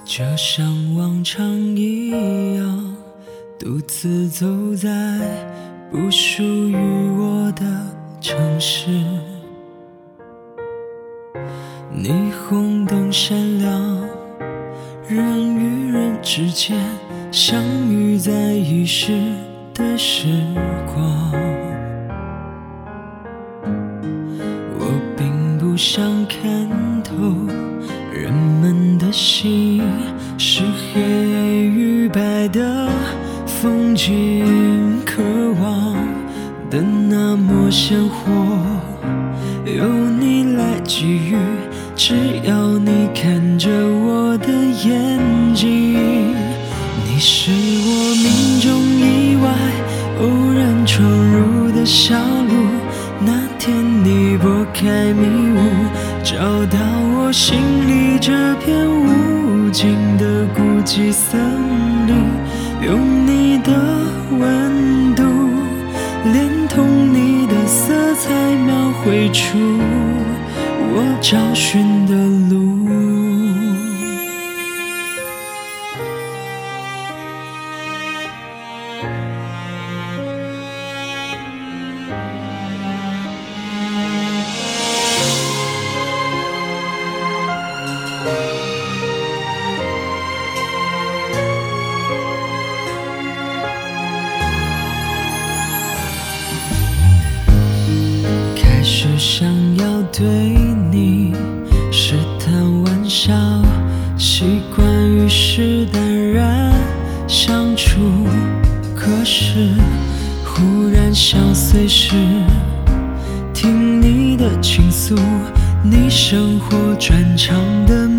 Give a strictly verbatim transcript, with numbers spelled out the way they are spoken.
就像往常一样，独自走在不属于我的城市。霓虹灯闪亮，人与人之间相遇在遗失的时光。我并不想看透人们的心是黑与白的风景，渴望的那么鲜活，由你来给予，只要你看着我的眼睛。你是我命中意外偶然闯入的小路，那天你拨开迷雾，找到我心里这片无尽的孤寂森林，用你的温度连同你的色彩描绘出我找寻的路。开始想要对你试探玩笑，习惯于是淡然相处，可是忽然想随时听你的倾诉，你生活专长的